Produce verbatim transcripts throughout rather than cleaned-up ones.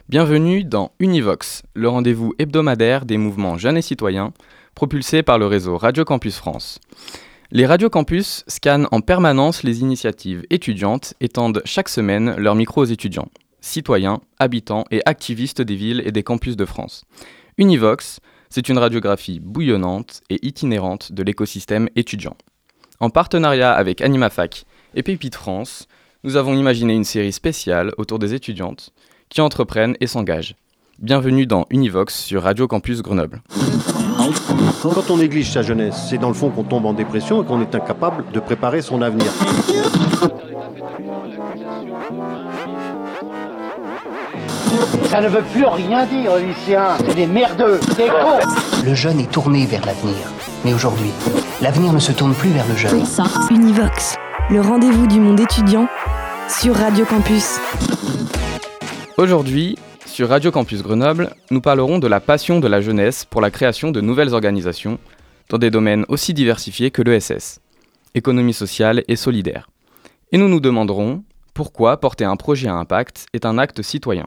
Bienvenue dans Univox, le rendez-vous hebdomadaire des mouvements jeunes et citoyens, propulsé par le réseau Radio Campus France. Les Radio Campus scannent en permanence les initiatives étudiantes et tendent chaque semaine leurs micros aux étudiants, citoyens, habitants et activistes des villes et des campus de France. Univox, c'est une radiographie bouillonnante et itinérante de l'écosystème étudiant. En partenariat avec AnimaFac et Pépite France, nous avons imaginé une série spéciale autour des étudiantes qui entreprennent et s'engagent. Bienvenue dans Univox sur Radio Campus Grenoble. Quand on néglige sa jeunesse, c'est dans le fond qu'on tombe en dépression et qu'on est incapable de préparer son avenir. Ça ne veut plus rien dire, lycéens. C'est des merdeux, des cons. Le jeune est tourné vers l'avenir. Mais aujourd'hui, l'avenir ne se tourne plus vers le jeune. Univox, le rendez-vous du monde étudiant sur Radio Campus. Aujourd'hui, sur Radio Campus Grenoble, nous parlerons de la passion de la jeunesse pour la création de nouvelles organisations dans des domaines aussi diversifiés que l'E S S, économie sociale et solidaire. Et nous nous demanderons pourquoi porter un projet à impact est un acte citoyen.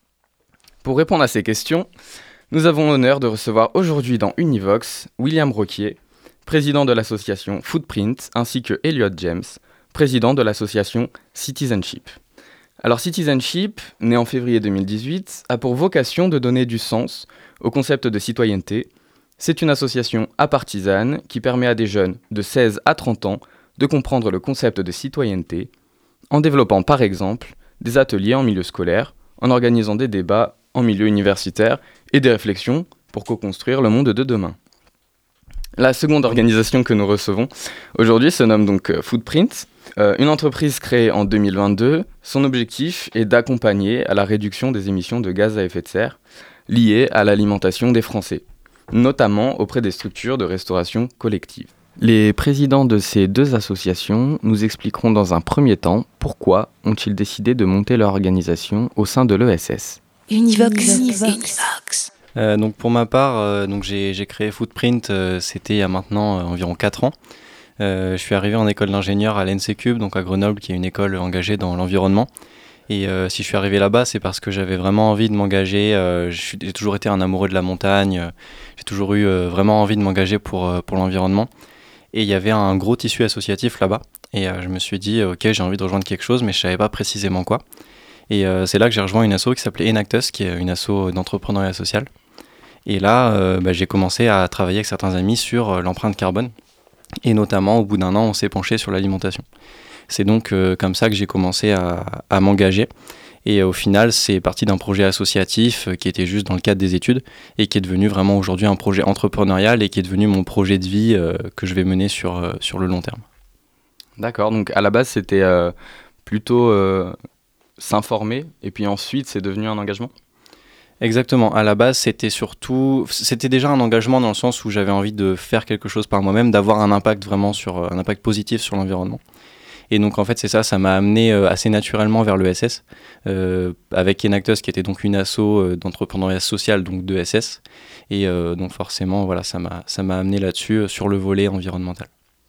Pour répondre à ces questions, nous avons l'honneur de recevoir aujourd'hui dans Univox William Roquier, président de l'association Footprint, ainsi que Elliot James, président de l'association Citizenship. Alors Citizenship, né en février deux mille dix-huit, a pour vocation de donner du sens au concept de citoyenneté. C'est une association apartisane qui permet à des jeunes de seize à trente ans de comprendre le concept de citoyenneté en développant par exemple des ateliers en milieu scolaire, en organisant des débats en milieu universitaire et des réflexions pour co-construire le monde de demain. La seconde organisation que nous recevons aujourd'hui se nomme donc Footprint, euh, une entreprise créée en deux mille vingt-deux. Son objectif est d'accompagner à la réduction des émissions de gaz à effet de serre liées à l'alimentation des Français, notamment auprès des structures de restauration collective. Les présidents de ces deux associations nous expliqueront dans un premier temps pourquoi ont-ils décidé de monter leur organisation au sein de l'E S S. Univox. Univox. Euh, donc pour ma part, euh, donc j'ai, j'ai créé Footprint, euh, c'était il y a maintenant euh, environ quatre ans. Euh, je suis arrivé en école d'ingénieur à l'E N S E C U B, donc à Grenoble, qui est une école engagée dans l'environnement. Et euh, si je suis arrivé là-bas, c'est parce que j'avais vraiment envie de m'engager. Euh, je suis, j'ai toujours été un amoureux de la montagne. Euh, j'ai toujours eu euh, vraiment envie de m'engager pour, euh, pour l'environnement. Et il y avait un gros tissu associatif là-bas. Et euh, je me suis dit, ok, j'ai envie de rejoindre quelque chose, mais je ne savais pas précisément quoi. Et euh, c'est là que j'ai rejoint une asso qui s'appelait Enactus, qui est une asso d'entrepreneuriat social. Et là, euh, bah, j'ai commencé à travailler avec certains amis sur euh, l'empreinte carbone. Et notamment, au bout d'un an, on s'est penché sur l'alimentation. C'est donc euh, comme ça que j'ai commencé à, à m'engager. Et euh, au final, c'est parti d'un projet associatif euh, qui était juste dans le cadre des études et qui est devenu vraiment aujourd'hui un projet entrepreneurial et qui est devenu mon projet de vie euh, que je vais mener sur, euh, sur le long terme. D'accord, donc à la base, c'était euh, plutôt euh, s'informer et puis ensuite, c'est devenu un engagement ? Exactement. À la base, c'était surtout, c'était déjà un engagement dans le sens où j'avais envie de faire quelque chose par moi-même, d'avoir un impact vraiment sur, un impact positif sur l'environnement. Et donc en fait, c'est ça, ça m'a amené euh, assez naturellement vers l'E S S, euh, avec Enactus qui était donc une asso euh, d'entrepreneuriat social, donc de S S. Et euh, donc forcément, voilà, ça m'a, ça m'a amené là-dessus euh, sur le volet environnemental.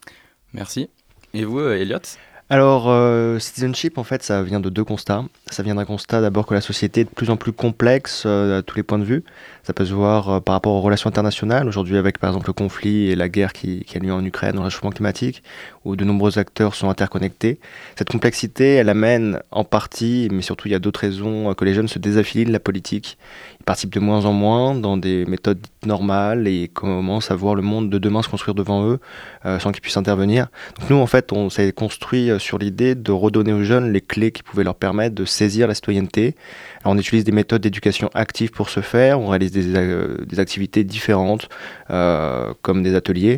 Merci. Et vous, euh, Elliot ? Alors, euh, Citizenship, en fait, ça vient de deux constats. Ça vient d'un constat d'abord que la société est de plus en plus complexe euh, à tous les points de vue. Ça peut se voir euh, par rapport aux relations internationales. Aujourd'hui, avec par exemple le conflit et la guerre qui, qui a lieu en Ukraine, le réchauffement climatique, où de nombreux acteurs sont interconnectés. Cette complexité, elle amène en partie, mais surtout il y a d'autres raisons, euh, que les jeunes se désaffilient de la politique. Ils participent de moins en moins dans des méthodes dites normales et commencent à voir le monde de demain se construire devant eux euh, sans qu'ils puissent intervenir. Donc nous, en fait, on s'est construit sur l'idée de redonner aux jeunes les clés qui pouvaient leur permettre de saisir la citoyenneté. Alors on utilise des méthodes d'éducation active pour ce faire, on réalise des, euh, des activités différentes euh, comme des ateliers.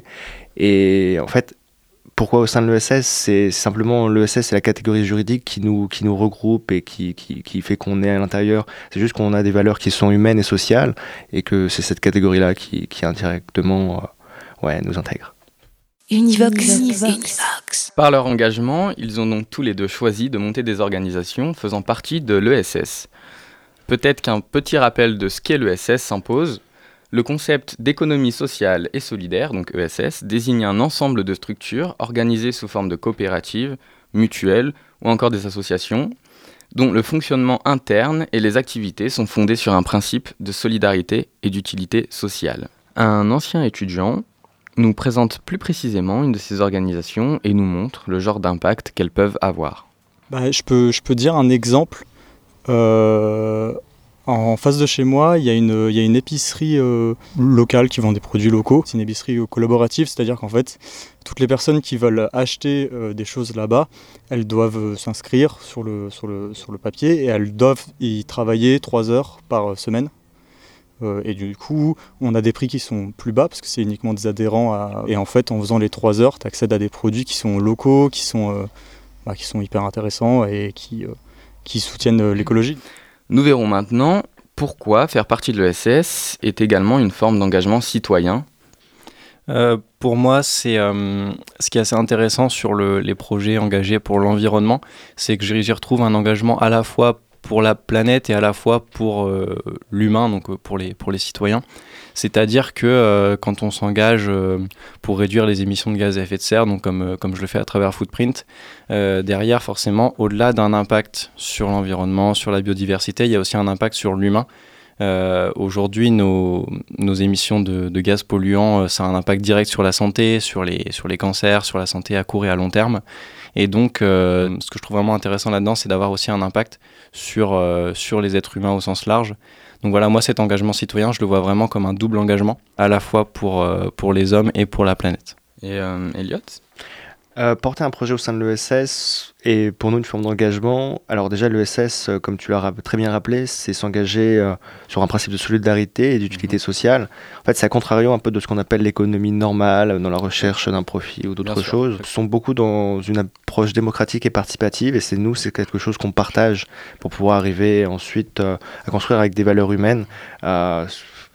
Et en fait, pourquoi au sein de l'E S S ? C'est simplement l'E S S, c'est la catégorie juridique qui nous, qui nous regroupe et qui, qui, qui fait qu'on est à l'intérieur. C'est juste qu'on a des valeurs qui sont humaines et sociales et que c'est cette catégorie-là qui, qui indirectement euh, ouais, nous intègre. Univox. Univox. Par leur engagement, ils ont donc tous les deux choisi de monter des organisations faisant partie de l'E S S. Peut-être qu'un petit rappel de ce qu'est l'E S S s'impose. Le concept d'économie sociale et solidaire, donc E S S, désigne un ensemble de structures organisées sous forme de coopératives, mutuelles ou encore des associations. dont le fonctionnement interne et les activités sont fondés sur un principe de solidarité et d'utilité sociale. Un ancien étudiant nous présente plus précisément une de ces organisations et nous montre le genre d'impact qu'elles peuvent avoir. Bah, je peux, je peux dire un exemple. Euh, en face de chez moi, il y a une, il y a une épicerie euh, locale qui vend des produits locaux. C'est une épicerie collaborative, c'est-à-dire qu'en fait, toutes les personnes qui veulent acheter euh, des choses là-bas, elles doivent euh, s'inscrire sur le, sur, le, sur le papier et elles doivent y travailler trois heures par euh, semaine. Euh, et du coup, on a des prix qui sont plus bas parce que c'est uniquement des adhérents. À... Et en fait, en faisant les trois heures, tu accèdes à des produits qui sont locaux, qui sont, euh, bah, qui sont hyper intéressants et qui, euh, qui soutiennent euh, l'écologie. Nous verrons maintenant pourquoi faire partie de l'E S S est également une forme d'engagement citoyen. Euh, pour moi, c'est euh, ce qui est assez intéressant sur le, les projets engagés pour l'environnement, c'est que j'y retrouve un engagement à la fois pour la planète et à la fois pour euh, l'humain, donc pour les, pour les citoyens. C'est-à-dire que euh, quand on s'engage euh, pour réduire les émissions de gaz à effet de serre, donc comme, euh, comme je le fais à travers Footprint, euh, derrière, forcément, au-delà d'un impact sur l'environnement, sur la biodiversité, il y a aussi un impact sur l'humain. Euh, aujourd'hui, nos, nos émissions de, de gaz polluants, euh, ça a un impact direct sur la santé, sur les, sur les cancers, sur la santé à court et à long terme. Et donc, euh, ce que je trouve vraiment intéressant là-dedans, c'est d'avoir aussi un impact sur, euh, sur les êtres humains au sens large. Donc voilà, moi, cet engagement citoyen, je le vois vraiment comme un double engagement, à la fois pour, euh, pour les hommes et pour la planète. Et euh, Elliot ? Euh, porter un projet au sein de l'E S S est pour nous une forme d'engagement. Alors déjà, l'E S S, euh, comme tu l'as très bien rappelé, c'est s'engager euh, sur un principe de solidarité et d'utilité sociale. En fait, c'est à contrario un peu de ce qu'on appelle l'économie normale, dans la recherche d'un profit ou d'autres choses. Ils sont beaucoup dans une approche démocratique et participative, et c'est nous, c'est quelque chose qu'on partage pour pouvoir arriver ensuite euh, à construire avec des valeurs humaines euh,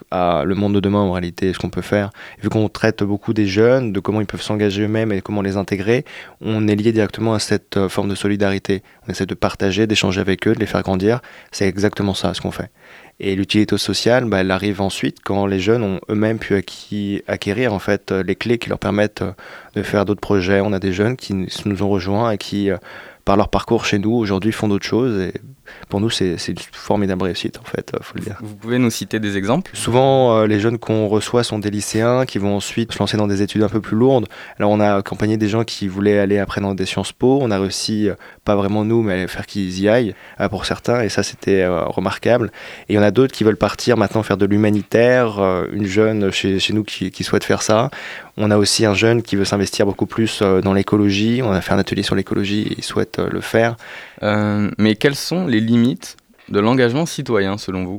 à le monde de demain en réalité, ce qu'on peut faire. Et vu qu'on traite beaucoup des jeunes, de comment ils peuvent s'engager eux-mêmes et comment les intégrer, on est lié directement à cette euh, forme de solidarité. On essaie de partager, d'échanger avec eux, de les faire grandir. C'est exactement ça ce qu'on fait. Et l'utilité sociale, bah, elle arrive ensuite quand les jeunes ont eux-mêmes pu acquis, acquérir en fait, les clés qui leur permettent de faire d'autres projets. On a des jeunes qui nous ont rejoints et qui, par leur parcours chez nous, aujourd'hui font d'autres choses. Et pour nous, c'est, c'est une formidable réussite, en fait, faut le dire. Vous pouvez nous citer des exemples ? Souvent, euh, les jeunes qu'on reçoit sont des lycéens qui vont ensuite se lancer dans des études un peu plus lourdes. Alors, on a accompagné des gens qui voulaient aller après dans des Sciences Po. On a réussi, euh, pas vraiment nous, mais à faire qu'ils y aillent, euh, pour certains, et ça, c'était euh, remarquable. Et il y en a d'autres qui veulent partir maintenant faire de l'humanitaire. Euh, une jeune chez, chez nous qui, qui souhaite faire ça. On a aussi un jeune qui veut s'investir beaucoup plus euh, dans l'écologie. On a fait un atelier sur l'écologie et il souhaite euh, le faire. Euh, mais quelles sont les limites de l'engagement citoyen selon vous ?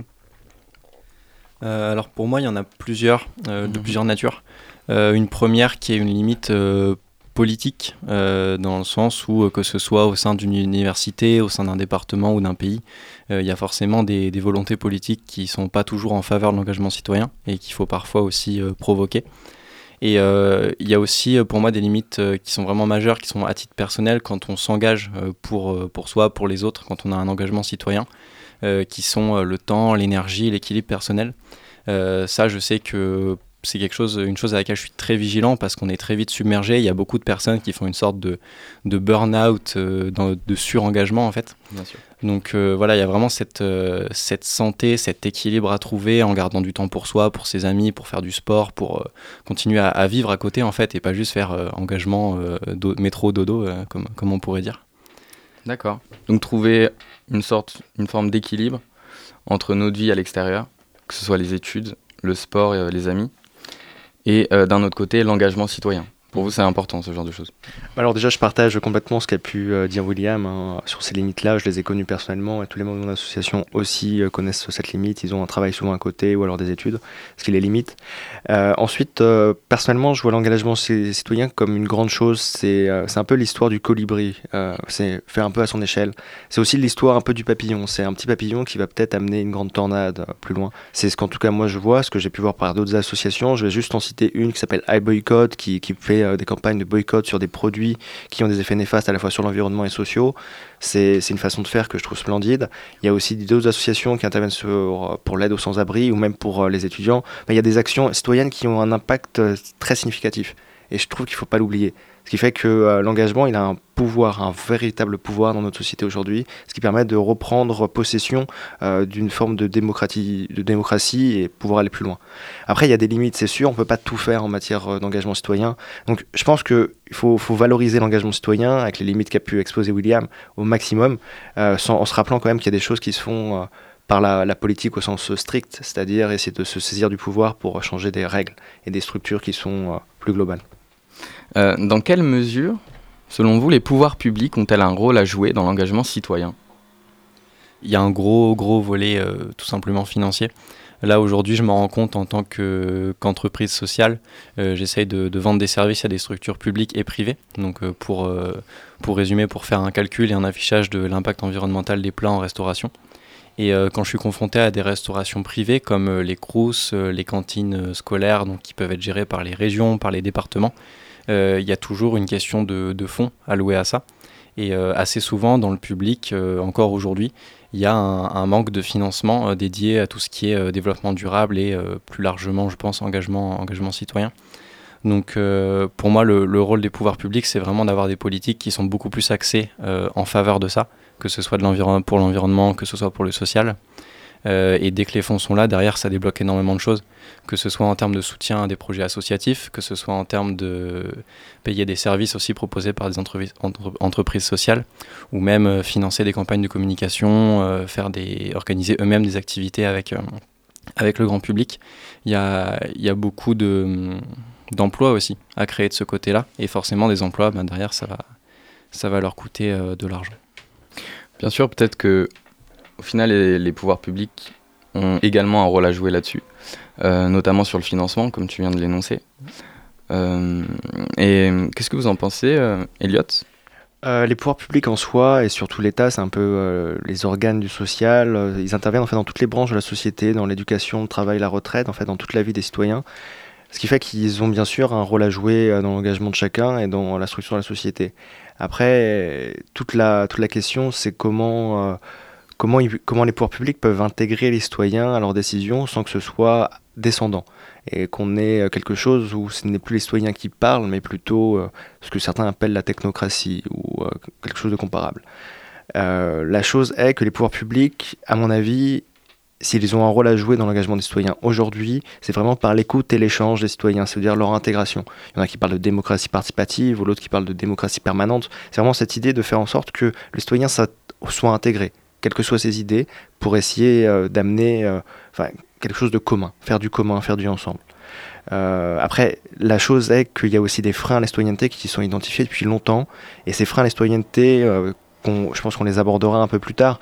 euh, Alors pour moi, il y en a plusieurs, euh, de mmh. plusieurs natures. Euh, une première qui est une limite euh, politique, euh, dans le sens où, euh, que ce soit au sein d'une université, au sein d'un département ou d'un pays, il euh, y a forcément des, des volontés politiques qui ne sont pas toujours en faveur de l'engagement citoyen et qu'il faut parfois aussi euh, provoquer. Et il euh, y a aussi pour moi des limites euh, qui sont vraiment majeures, qui sont à titre personnel quand on s'engage euh, pour, euh, pour soi, pour les autres, quand on a un engagement citoyen, euh, qui sont euh, le temps, l'énergie, l'équilibre personnel. Euh, ça, je sais que c'est quelque chose, une chose à laquelle je suis très vigilant parce qu'on est très vite submergé. Il y a beaucoup de personnes qui font une sorte de, de burn-out, euh, dans, de surengagement en fait. Bien sûr. Donc euh, voilà, il y a vraiment cette, euh, cette santé, cet équilibre à trouver en gardant du temps pour soi, pour ses amis, pour faire du sport, pour euh, continuer à, à vivre à côté en fait et pas juste faire euh, engagement euh, do, métro dodo euh, comme, comme on pourrait dire. D'accord. Donc trouver une sorte, une forme d'équilibre entre notre vie à l'extérieur, que ce soit les études, le sport et euh, les amis, et euh, d'un autre côté l'engagement citoyen. Pour vous, c'est important, ce genre de choses ? Alors déjà, je partage complètement ce qu'a pu euh, dire William hein, sur ces limites-là. Je les ai connues personnellement et tous les membres de mon association aussi euh, connaissent cette limite. Ils ont un travail souvent à côté ou alors des études, ce qui les limite. Euh, ensuite, euh, personnellement, je vois l'engagement citoyen comme une grande chose. C'est, euh, c'est un peu l'histoire du colibri. Euh, c'est faire un peu à son échelle. C'est aussi l'histoire un peu du papillon. C'est un petit papillon qui va peut-être amener une grande tornade euh, plus loin. C'est ce qu'en tout cas moi je vois, ce que j'ai pu voir par d'autres associations. Je vais juste en citer une qui s'appelle iBoycott, qui, qui fait des campagnes de boycott sur des produits qui ont des effets néfastes à la fois sur l'environnement et sociaux. C'est, c'est une façon de faire que je trouve splendide. Il y a aussi d'autres associations qui interviennent sur, pour l'aide aux sans-abri ou même pour les étudiants. Il y a des actions citoyennes qui ont un impact très significatif. Et je trouve qu'il ne faut pas l'oublier. Ce qui fait que euh, l'engagement, il a un pouvoir, un véritable pouvoir dans notre société aujourd'hui, ce qui permet de reprendre possession euh, d'une forme de démocratie, de démocratie et pouvoir aller plus loin. Après, il y a des limites, c'est sûr, on ne peut pas tout faire en matière euh, d'engagement citoyen. Donc je pense qu'il faut, faut valoriser l'engagement citoyen avec les limites qu'a pu exposer William au maximum, euh, sans, en se rappelant quand même qu'il y a des choses qui se font euh, par la, la politique au sens strict, c'est-à-dire essayer de se saisir du pouvoir pour changer des règles et des structures qui sont euh, plus globales. Euh, dans quelle mesure, selon vous, les pouvoirs publics ont-ils un rôle à jouer dans l'engagement citoyen ? Il y a un gros, gros volet euh, tout simplement financier. Là, aujourd'hui, je me rends compte en tant que, qu'entreprise sociale, euh, j'essaye de, de vendre des services à des structures publiques et privées. Donc, euh, pour, euh, pour résumer, pour faire un calcul et un affichage de l'impact environnemental des plats en restauration. Et euh, quand je suis confronté à des restaurations privées, comme euh, les crous, euh, les cantines euh, scolaires, donc, qui peuvent être gérées par les régions, par les départements, euh, il y a toujours une question de, de fonds alloués à ça. Et euh, assez souvent, dans le public, euh, encore aujourd'hui, il y a un, un manque de financement euh, dédié à tout ce qui est euh, développement durable et euh, plus largement, je pense, engagement, engagement citoyen. Donc euh, pour moi, le, le rôle des pouvoirs publics, c'est vraiment d'avoir des politiques qui sont beaucoup plus axées euh, en faveur de ça, que ce soit de l'environ- pour l'environnement, que ce soit pour le social. Euh, et dès que les fonds sont là, derrière, ça débloque énormément de choses, que ce soit en termes de soutien à des projets associatifs, que ce soit en termes de payer des services aussi proposés par des entreprises, entre, entreprises sociales, ou même euh, financer des campagnes de communication, euh, faire des, organiser eux-mêmes des activités avec, euh, avec le grand public. Il y a, il y a beaucoup de, d'emplois aussi à créer de ce côté-là, et forcément des emplois, ben derrière, ça va, ça va leur coûter euh, de l'argent. Bien sûr, peut-être que au final, les, les pouvoirs publics ont également un rôle à jouer là-dessus, euh, notamment sur le financement, comme tu viens de l'énoncer. Euh, et qu'est-ce que vous en pensez, euh, Elliot ? Euh, les pouvoirs publics en soi, et surtout l'État, c'est un peu euh, les organes du social. Euh, ils interviennent en fait dans toutes les branches de la société, dans l'éducation, le travail, la retraite, en fait dans toute la vie des citoyens. Ce qui fait qu'ils ont bien sûr un rôle à jouer euh, dans l'engagement de chacun et dans la structure de la société. Après, toute la, toute la question, c'est comment... Euh, Comment, ils, comment les pouvoirs publics peuvent intégrer les citoyens à leurs décisions sans que ce soit descendant et qu'on ait quelque chose où ce n'est plus les citoyens qui parlent, mais plutôt euh, ce que certains appellent la technocratie ou euh, quelque chose de comparable. Euh, la chose est que les pouvoirs publics, à mon avis, s'ils ont un rôle à jouer dans l'engagement des citoyens aujourd'hui, c'est vraiment par l'écoute et l'échange des citoyens, c'est-à-dire leur intégration. Il y en a qui parlent de démocratie participative ou l'autre qui parle de démocratie permanente. C'est vraiment cette idée de faire en sorte que les citoyens soient intégrés, quelles que soient ses idées, pour essayer euh, d'amener euh, enfin, quelque chose de commun, faire du commun, faire du ensemble. Euh, après, la chose est qu'il y a aussi des freins à la citoyenneté qui sont identifiés depuis longtemps, et ces freins à la citoyenneté, euh, qu'on, je pense qu'on les abordera un peu plus tard,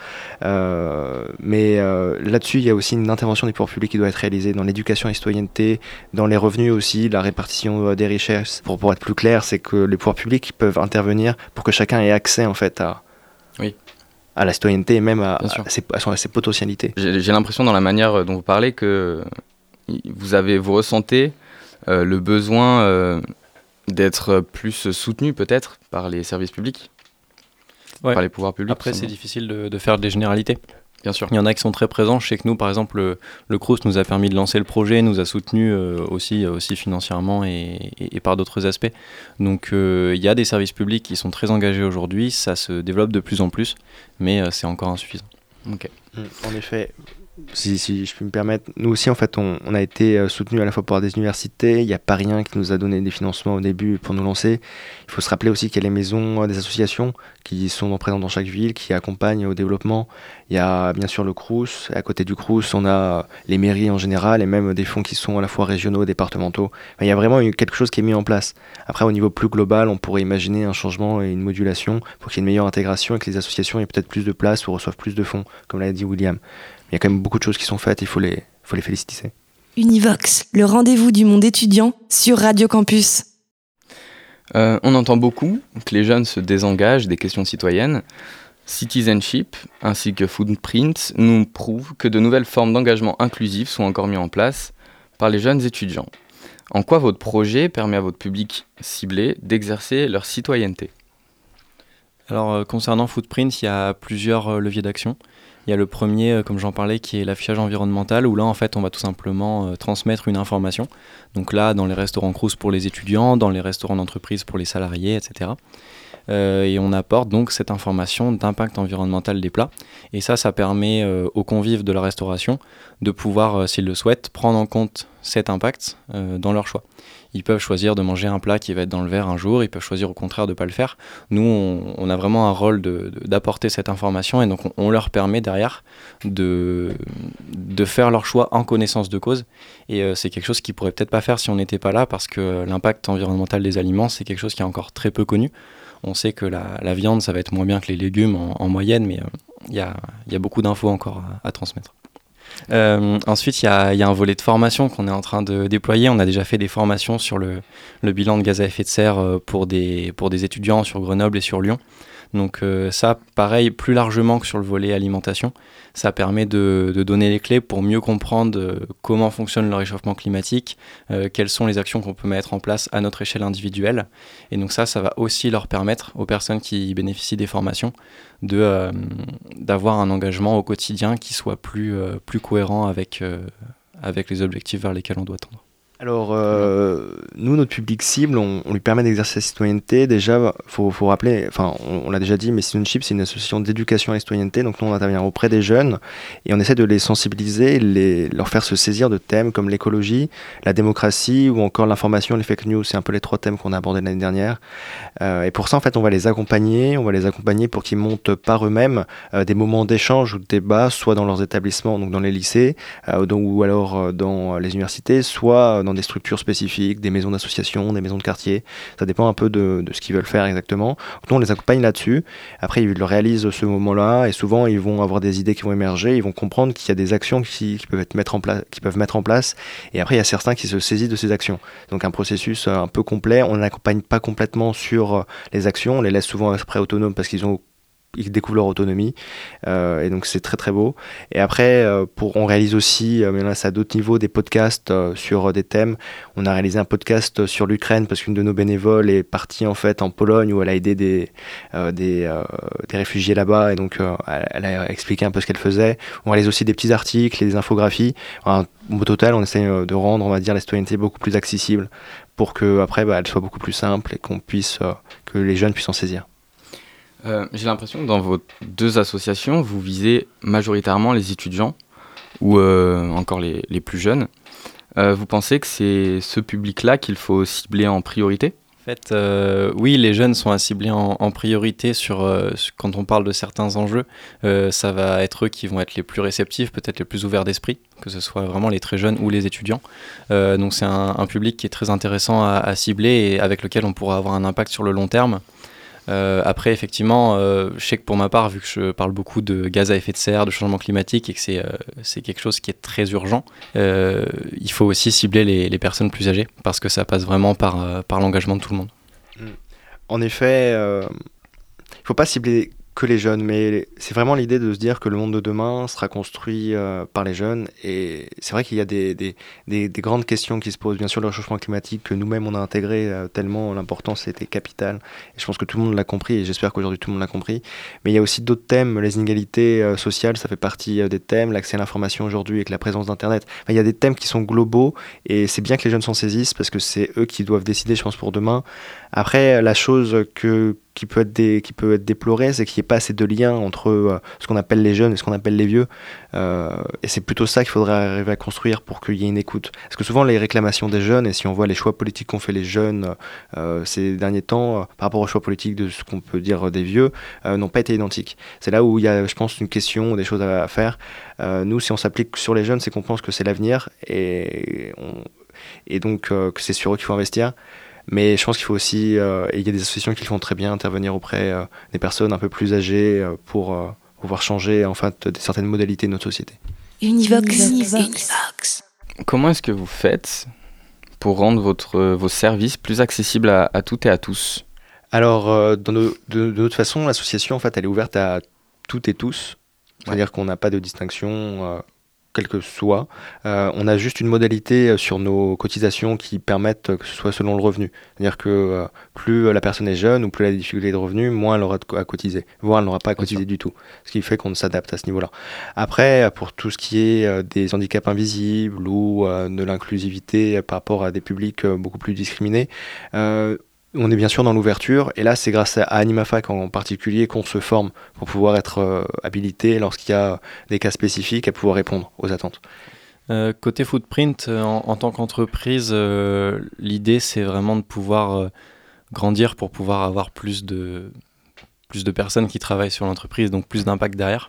euh, mais euh, là-dessus, il y a aussi une intervention des pouvoirs publics qui doit être réalisée dans l'éducation à la citoyenneté, dans les revenus aussi, la répartition euh, des richesses. Pour, pour être plus clair, c'est que les pouvoirs publics peuvent intervenir pour que chacun ait accès en fait à... Oui. à la citoyenneté et même à, à, ses, à, son, à ses potentialités. J'ai, j'ai l'impression dans la manière dont vous parlez que vous, avez, vous ressentez euh, le besoin euh, d'être plus soutenu peut-être par les services publics, ouais. par les pouvoirs publics. Après, c'est difficile de, de faire des généralités. Bien sûr. Il y en a qui sont très présents. Je sais que nous, par exemple, le, le Crous nous a permis de lancer le projet, nous a soutenus euh, aussi, aussi financièrement et, et, et par d'autres aspects. Donc euh, il y a des services publics qui sont très engagés aujourd'hui, ça se développe de plus en plus, mais euh, c'est encore insuffisant. Ok. En effet, si, si je puis me permettre, nous aussi en fait on, on a été soutenus à la fois par des universités, il y a Paris un qui nous a donné des financements au début pour nous lancer. Il faut se rappeler aussi qu'il y a les maisons des associations qui sont présentes dans chaque ville, qui accompagnent au développement. Il y a bien sûr le Crous, à côté du Crous on a les mairies en général et même des fonds qui sont à la fois régionaux, départementaux. Enfin, il y a vraiment quelque chose qui est mis en place. Après au niveau plus global, on pourrait imaginer un changement et une modulation pour qu'il y ait une meilleure intégration et que les associations aient peut-être plus de place ou reçoivent plus de fonds, comme l'a dit William. Il y a quand même beaucoup de choses qui sont faites, il faut les, faut les féliciter. Univox, le rendez-vous du monde étudiant sur Radio Campus. Euh, on entend beaucoup que les jeunes se désengagent des questions citoyennes. Citizenship ainsi que Footprint nous prouvent que de nouvelles formes d'engagement inclusif sont encore mises en place par les jeunes étudiants. En quoi votre projet permet à votre public ciblé d'exercer leur citoyenneté ? Alors euh, concernant Footprint, il y a plusieurs euh, leviers d'action. Il y a le premier, euh, comme j'en parlais, qui est l'affichage environnemental, où là, en fait, on va tout simplement euh, transmettre une information. Donc là, dans les restaurants Crous pour les étudiants, dans les restaurants d'entreprise pour les salariés, et cetera. Euh, et on apporte donc cette information d'impact environnemental des plats. Et ça, ça permet euh, aux convives de la restauration de pouvoir, euh, s'ils le souhaitent, prendre en compte cet impact euh, dans leur choix. Ils peuvent choisir de manger un plat qui va être dans le verre un jour, ils peuvent choisir au contraire de ne pas le faire. Nous, on, on a vraiment un rôle de, de, d'apporter cette information et donc on, on leur permet derrière de, de faire leur choix en connaissance de cause. Et euh, c'est quelque chose qu'ils ne pourraient peut-être pas faire si on n'était pas là parce que l'impact environnemental des aliments, c'est quelque chose qui est encore très peu connu. On sait que la, la viande, ça va être moins bien que les légumes en, en moyenne, mais il euh, y, y a beaucoup d'infos encore à, à transmettre. Euh, ensuite, il y a, y a un volet de formation qu'on est en train de déployer. On a déjà fait des formations sur le, le bilan de gaz à effet de serre pour des, pour des étudiants sur Grenoble et sur Lyon. Donc euh, ça, pareil, plus largement que sur le volet alimentation, ça permet de, de donner les clés pour mieux comprendre euh, comment fonctionne le réchauffement climatique, euh, quelles sont les actions qu'on peut mettre en place à notre échelle individuelle. Et donc ça, ça va aussi leur permettre aux personnes qui bénéficient des formations de, euh, d'avoir un engagement au quotidien qui soit plus, euh, plus cohérent avec, euh, avec les objectifs vers lesquels on doit tendre. Alors, euh, nous, notre public cible, on, on lui permet d'exercer la citoyenneté. Déjà, il faut, faut rappeler, enfin, on, on l'a déjà dit, mais Citizenship, c'est une association d'éducation à la citoyenneté. Donc, nous, on intervient auprès des jeunes et on essaie de les sensibiliser, les, leur faire se saisir de thèmes comme l'écologie, la démocratie ou encore l'information, les fake news. C'est un peu les trois thèmes qu'on a abordés l'année dernière. Euh, et pour ça, en fait, on va les accompagner. On va les accompagner pour qu'ils montent par eux-mêmes euh, des moments d'échange ou de débat, soit dans leurs établissements, donc dans les lycées, euh, dans, ou alors euh, dans les universités, soit dans des structures spécifiques, des maisons d'association, des maisons de quartier. Ça dépend un peu de, de ce qu'ils veulent faire exactement. Donc nous, on les accompagne là-dessus. Après, ils le réalisent ce moment-là et souvent, ils vont avoir des idées qui vont émerger. Ils vont comprendre qu'il y a des actions qui, qui, peuvent, être mettre en place, qui peuvent mettre en place. Et après, il y a certains qui se saisissent de ces actions. Donc un processus un peu complet. On n'accompagne pas complètement sur les actions. On les laisse souvent après autonomes parce qu'ils ont ils découvrent leur autonomie euh, et donc c'est très très beau. Et après euh, pour, on réalise aussi, euh, mais là c'est à d'autres niveaux, des podcasts euh, sur euh, des thèmes. On a réalisé un podcast sur l'Ukraine parce qu'une de nos bénévoles est partie en fait en Pologne où elle a aidé des, euh, des, euh, des réfugiés là-bas et donc euh, elle a expliqué un peu ce qu'elle faisait. On réalise aussi des petits articles et des infographies. Enfin, au total on essaie de rendre, on va dire, la citoyenneté beaucoup plus accessible pour que après bah, elle soit beaucoup plus simple et qu'on puisse, euh, que les jeunes puissent en saisir. Euh, j'ai l'impression que dans vos deux associations, vous visez majoritairement les étudiants ou euh, encore les, les plus jeunes. Euh, vous pensez que c'est ce public-là qu'il faut cibler en priorité ? En fait, euh, oui, les jeunes sont à cibler en, en priorité sur, euh, quand on parle de certains enjeux. Euh, ça va être eux qui vont être les plus réceptifs, peut-être les plus ouverts d'esprit, que ce soit vraiment les très jeunes ou les étudiants. Euh, donc c'est un, un public qui est très intéressant à, à cibler et avec lequel on pourra avoir un impact sur le long terme. Euh, après, effectivement, euh, je sais que pour ma part, vu que je parle beaucoup de gaz à effet de serre, de changement climatique et que c'est, euh, c'est quelque chose qui est très urgent, euh, il faut aussi cibler les, les personnes plus âgées parce que ça passe vraiment par, euh, par l'engagement de tout le monde. En effet, euh, il ne faut pas cibler que les jeunes, mais c'est vraiment l'idée de se dire que le monde de demain sera construit euh, par les jeunes. Et c'est vrai qu'il y a des, des, des, des grandes questions qui se posent. Bien sûr, le réchauffement climatique que nous-mêmes on a intégré euh, tellement l'importance était capitale. Et je pense que tout le monde l'a compris et j'espère qu'aujourd'hui tout le monde l'a compris. Mais il y a aussi d'autres thèmes. Les inégalités euh, sociales, ça fait partie euh, des thèmes. L'accès à l'information aujourd'hui avec la présence d'Internet. Enfin, il y a des thèmes qui sont globaux et c'est bien que les jeunes s'en saisissent parce que c'est eux qui doivent décider, je pense, pour demain. Après, la chose que qui peut être des, qui peut être déploré, c'est qu'il n'y ait pas assez de lien entre euh, ce qu'on appelle les jeunes et ce qu'on appelle les vieux. Euh, et c'est plutôt ça qu'il faudrait arriver à construire pour qu'il y ait une écoute. Parce que souvent, les réclamations des jeunes, et si on voit les choix politiques qu'ont fait les jeunes euh, ces derniers temps, euh, par rapport aux choix politiques de ce qu'on peut dire des vieux, euh, n'ont pas été identiques. C'est là où il y a, je pense, une question, des choses à, à faire. Euh, nous, si on s'applique sur les jeunes, c'est qu'on pense que c'est l'avenir, et, on, et donc euh, que c'est sur eux qu'il faut investir. Mais je pense qu'il faut aussi, euh, et il y a des associations qui le font très bien, intervenir auprès euh, des personnes un peu plus âgées euh, pour euh, pouvoir changer en fait, de certaines modalités de notre société. Univox. Univox. Univox. Comment est-ce que vous faites pour rendre votre, vos services plus accessibles à, à toutes et à tous ? Alors, euh, dans nos, de, de notre façon, l'association, en fait, elle est ouverte à toutes et tous. C'est-à-dire ouais. qu'on n'a pas de distinction. Euh, quel que ce soit. Euh, on a juste une modalité sur nos cotisations qui permettent que ce soit selon le revenu. C'est-à-dire que euh, plus la personne est jeune ou plus elle a des difficultés de revenus, moins elle aura de co- à cotiser, voire elle n'aura pas à cotiser du tout. Ce qui fait qu'on s'adapte à ce niveau-là. Après, pour tout ce qui est euh, des handicaps invisibles ou euh, de l'inclusivité euh, par rapport à des publics euh, beaucoup plus discriminés, euh, on est bien sûr dans l'ouverture, et là c'est grâce à AnimaFac en particulier qu'on se forme pour pouvoir être euh, habilité lorsqu'il y a des cas spécifiques à pouvoir répondre aux attentes. Euh, côté Footprint, euh, en, en tant qu'entreprise, euh, l'idée c'est vraiment de pouvoir euh, grandir pour pouvoir avoir plus de, plus de personnes qui travaillent sur l'entreprise, donc plus d'impact derrière.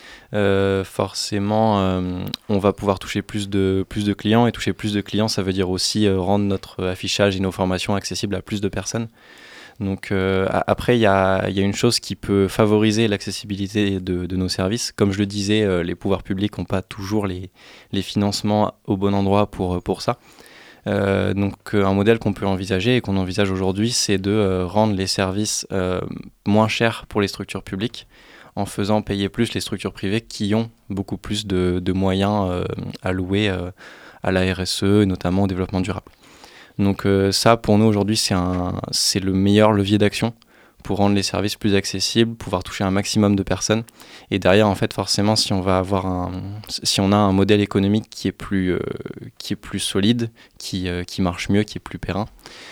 Euh, forcément, euh, on va pouvoir toucher plus de, plus de clients, et toucher plus de clients, ça veut dire aussi euh, rendre notre affichage et nos formations accessibles à plus de personnes. Donc euh, après, il y a, y a une chose qui peut favoriser l'accessibilité de, de nos services. Comme je le disais, euh, les pouvoirs publics n'ont pas toujours les, les financements au bon endroit pour, pour ça. Euh, donc euh, un modèle qu'on peut envisager et qu'on envisage aujourd'hui, c'est de euh, rendre les services euh, moins chers pour les structures publiques, en faisant payer plus les structures privées qui ont beaucoup plus de, de moyens euh, alloués euh, à la R S E, et notamment au développement durable. Donc euh, ça, pour nous, aujourd'hui, c'est, un, c'est le meilleur levier d'action pour rendre les services plus accessibles, pouvoir toucher un maximum de personnes. Et derrière, en fait, forcément, si on va avoir un, si on a un modèle économique qui est plus, euh, qui est plus solide, qui, euh, qui marche mieux, qui est plus périn,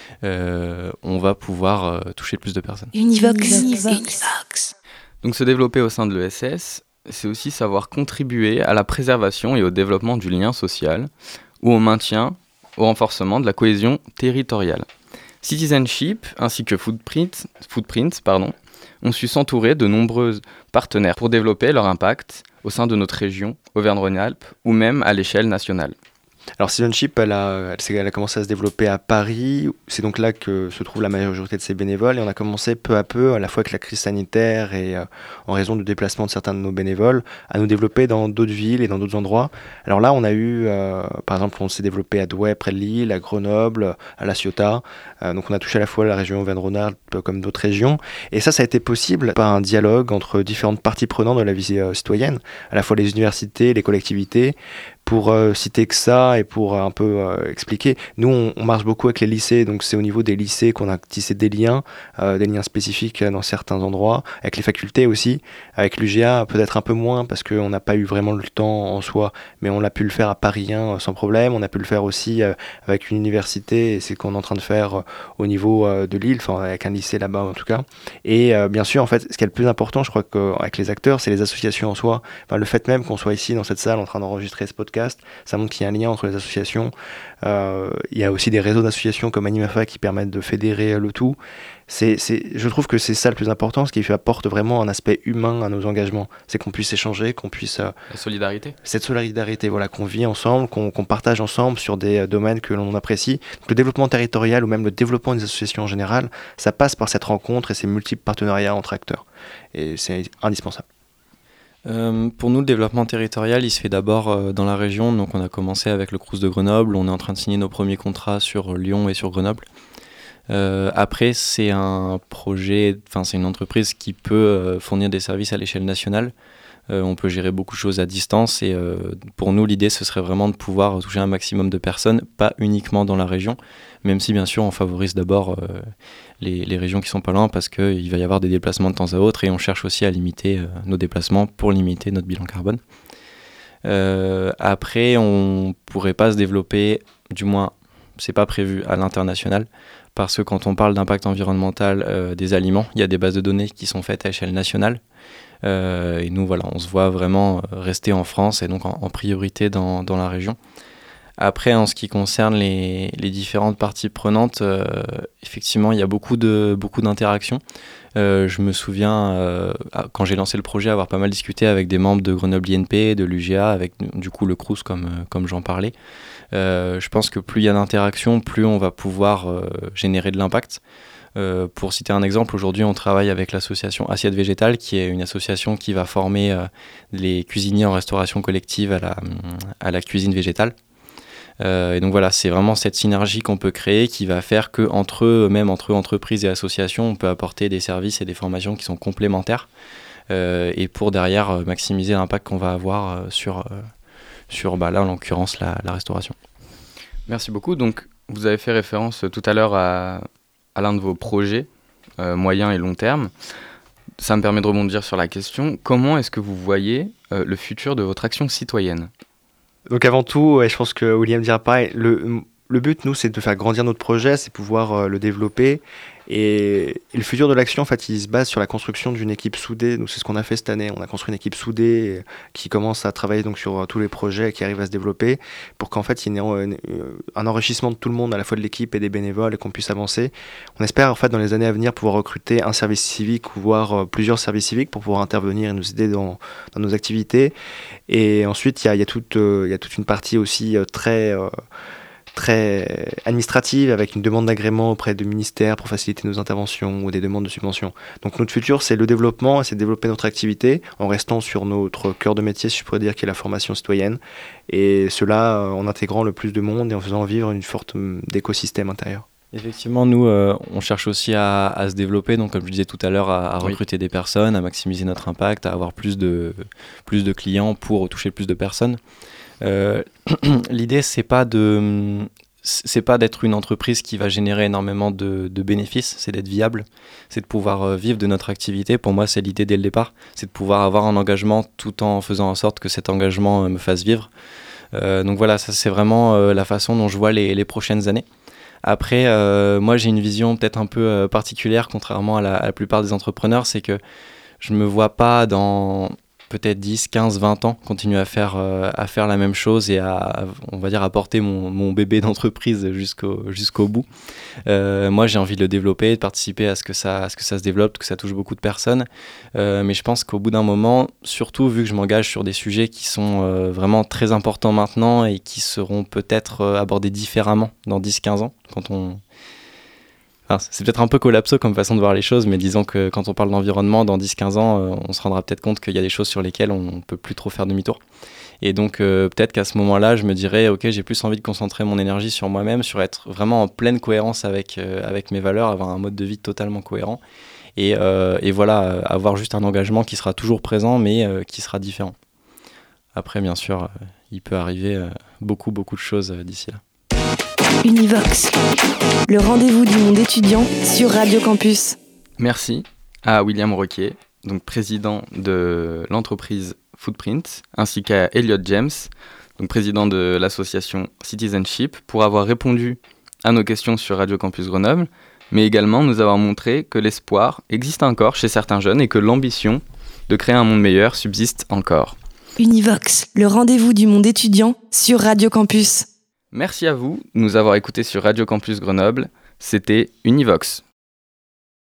euh, on va pouvoir euh, toucher plus de personnes. Univox. Univox. Univox. Donc se développer au sein de l'E S S, c'est aussi savoir contribuer à la préservation et au développement du lien social, ou au maintien, au renforcement de la cohésion territoriale. Citizenship ainsi que Footprint, Footprint pardon, ont su s'entourer de nombreux partenaires pour développer leur impact au sein de notre région, Auvergne-Rhône-Alpes, ou même à l'échelle nationale. Alors Citizenship, elle a, elle, elle a commencé à se développer à Paris, c'est donc là que se trouve la majorité de ses bénévoles, et on a commencé peu à peu, à la fois avec la crise sanitaire et euh, en raison du déplacement de certains de nos bénévoles, à nous développer dans d'autres villes et dans d'autres endroits. Alors là, on a eu, euh, par exemple, on s'est développé à Douai, près de Lille, à Grenoble, à La Ciotat, euh, donc on a touché à la fois la région Auvergne-Rhône-Alpes comme d'autres régions, et ça, ça a été possible par un dialogue entre différentes parties prenantes de la vie euh, citoyenne, à la fois les universités, les collectivités. Pour euh, citer que ça et pour euh, un peu euh, expliquer, nous on, on marche beaucoup avec les lycées, donc c'est au niveau des lycées qu'on a tissé des liens, euh, des liens spécifiques dans certains endroits, avec les facultés aussi, avec l'U G A peut-être un peu moins parce qu'on n'a pas eu vraiment le temps en soi, mais on a pu le faire à Paris un sans problème, on a pu le faire aussi euh, avec une université, et c'est ce qu'on est en train de faire euh, au niveau euh, de Lille, enfin avec un lycée là-bas en tout cas, et euh, bien sûr en fait ce qui est le plus important je crois qu'avec les acteurs c'est les associations en soi, enfin, le fait même qu'on soit ici dans cette salle en train d'enregistrer ce podcast, ça montre qu'il y a un lien entre les associations. Euh, il y a aussi des réseaux d'associations comme AnimaFac qui permettent de fédérer le tout. C'est, c'est, je trouve que c'est ça le plus important, ce qui apporte vraiment un aspect humain à nos engagements. C'est qu'on puisse échanger, qu'on puisse... Euh, La solidarité. Cette solidarité, voilà, qu'on vit ensemble, qu'on, qu'on partage ensemble sur des euh, domaines que l'on apprécie. Donc, le développement territorial ou même le développement des associations en général, ça passe par cette rencontre et ces multiples partenariats entre acteurs. Et c'est indispensable. Euh, pour nous, le développement territorial, il se fait d'abord euh, dans la région. Donc, on a commencé avec le Crous de Grenoble. On est en train de signer nos premiers contrats sur Lyon et sur Grenoble. Euh, après, c'est un projet, enfin, c'est une entreprise qui peut euh, fournir des services à l'échelle nationale. Euh, on peut gérer beaucoup de choses à distance. Et euh, pour nous, l'idée, ce serait vraiment de pouvoir toucher un maximum de personnes, pas uniquement dans la région, même si, bien sûr, on favorise d'abord euh, les, les régions qui sont pas loin parce qu'il va y avoir des déplacements de temps à autre et on cherche aussi à limiter euh, nos déplacements pour limiter notre bilan carbone. Euh, après, on pourrait pas se développer, du moins, c'est pas prévu à l'international, parce que quand on parle d'impact environnemental euh, des aliments, il y a des bases de données qui sont faites à échelle nationale. Euh, et nous, voilà, on se voit vraiment rester en France et donc en, en priorité dans, dans la région. Après, en ce qui concerne les, les différentes parties prenantes, euh, effectivement, il y a beaucoup, de, beaucoup d'interactions. Euh, je me souviens, euh, quand j'ai lancé le projet, avoir pas mal discuté avec des membres de Grenoble I N P, de l'U G A, avec du coup le Crous comme, comme j'en parlais. Euh, je pense que plus il y a d'interactions, plus on va pouvoir euh, générer de l'impact. Euh, pour citer un exemple, aujourd'hui on travaille avec l'association Assiette Végétale, qui est une association qui va former euh, les cuisiniers en restauration collective à la, à la cuisine végétale. Euh, et donc voilà, c'est vraiment cette synergie qu'on peut créer qui va faire qu'entre eux, même entre entreprises et associations, on peut apporter des services et des formations qui sont complémentaires euh, et pour derrière maximiser l'impact qu'on va avoir euh, sur, euh, sur bah, là en l'occurrence la, la restauration. Merci beaucoup. Donc vous avez fait référence tout à l'heure à, à l'un de vos projets euh, moyen et long terme. Ça me permet de rebondir sur la question. Comment est-ce que vous voyez euh, le futur de votre action citoyenne ? Donc avant tout, ouais, je pense que William dira pareil, le, le but, nous, c'est de faire grandir notre projet, c'est pouvoir euh, le développer. Et, et le futur de l'action, en fait, il se base sur la construction d'une équipe soudée. Nous, c'est ce qu'on a fait cette année. On a construit une équipe soudée qui commence à travailler donc, sur euh, tous les projets qui arrivent à se développer pour qu'en fait, il y ait un, un enrichissement de tout le monde, à la fois de l'équipe et des bénévoles, et qu'on puisse avancer. On espère, en fait, dans les années à venir, pouvoir recruter un service civique ou voire euh, plusieurs services civiques pour pouvoir intervenir et nous aider dans, dans nos activités. Et ensuite, il y a, il y a, toute, euh, il y a toute une partie aussi euh, très... Euh, très administrative, avec une demande d'agrément auprès de ministères pour faciliter nos interventions ou des demandes de subventions. Donc notre futur, c'est le développement, c'est de développer notre activité en restant sur notre cœur de métier, si je pourrais dire, qui est la formation citoyenne, et cela en intégrant le plus de monde et en faisant vivre une sorte d'écosystème intérieur. Effectivement, nous, euh, on cherche aussi à, à se développer, donc comme je disais tout à l'heure, à, à recruter oui. des personnes, à maximiser notre impact, à avoir plus de, plus de clients pour toucher plus de personnes. Euh, l'idée, c'est pas de, c'est pas d'être une entreprise qui va générer énormément de, de bénéfices, c'est d'être viable, c'est de pouvoir vivre de notre activité. Pour moi, c'est l'idée dès le départ, c'est de pouvoir avoir un engagement tout en faisant en sorte que cet engagement me fasse vivre. Euh, donc voilà, ça c'est vraiment euh, la façon dont je vois les, les prochaines années. Après, euh, moi j'ai une vision peut-être un peu euh, particulière, contrairement à la, à la plupart des entrepreneurs, c'est que je me vois pas dans peut-être dix, quinze, vingt ans continuer à faire, euh, à faire la même chose et à, on va dire, à porter mon, mon bébé d'entreprise jusqu'au, jusqu'au bout. Euh, moi j'ai envie de le développer, de participer à ce que ça, à ce que ça se développe, que ça touche beaucoup de personnes. Euh, mais je pense qu'au bout d'un moment, surtout vu que je m'engage sur des sujets qui sont euh, vraiment très importants maintenant et qui seront peut-être euh, abordés différemment dans dix, quinze ans, quand on... Enfin, c'est peut-être un peu collapso comme façon de voir les choses, mais disons que quand on parle d'environnement, dans dix, quinze ans, euh, on se rendra peut-être compte qu'il y a des choses sur lesquelles on ne peut plus trop faire demi-tour. Et donc euh, peut-être qu'à ce moment-là, je me dirais, ok, j'ai plus envie de concentrer mon énergie sur moi-même, sur être vraiment en pleine cohérence avec, euh, avec mes valeurs, avoir un mode de vie totalement cohérent. Et, euh, et voilà, euh, avoir juste un engagement qui sera toujours présent, mais euh, qui sera différent. Après, bien sûr, euh, il peut arriver euh, beaucoup, beaucoup de choses euh, d'ici là. Univox, le rendez-vous du monde étudiant sur Radio Campus. Merci à William Roquier, donc président de l'entreprise Footprint, ainsi qu'à Elliot James, donc président de l'association Citizenship, pour avoir répondu à nos questions sur Radio Campus Grenoble, mais également nous avoir montré que l'espoir existe encore chez certains jeunes et que l'ambition de créer un monde meilleur subsiste encore. Univox, le rendez-vous du monde étudiant sur Radio Campus. Merci à vous de nous avoir écoutés sur Radio Campus Grenoble. C'était Univox.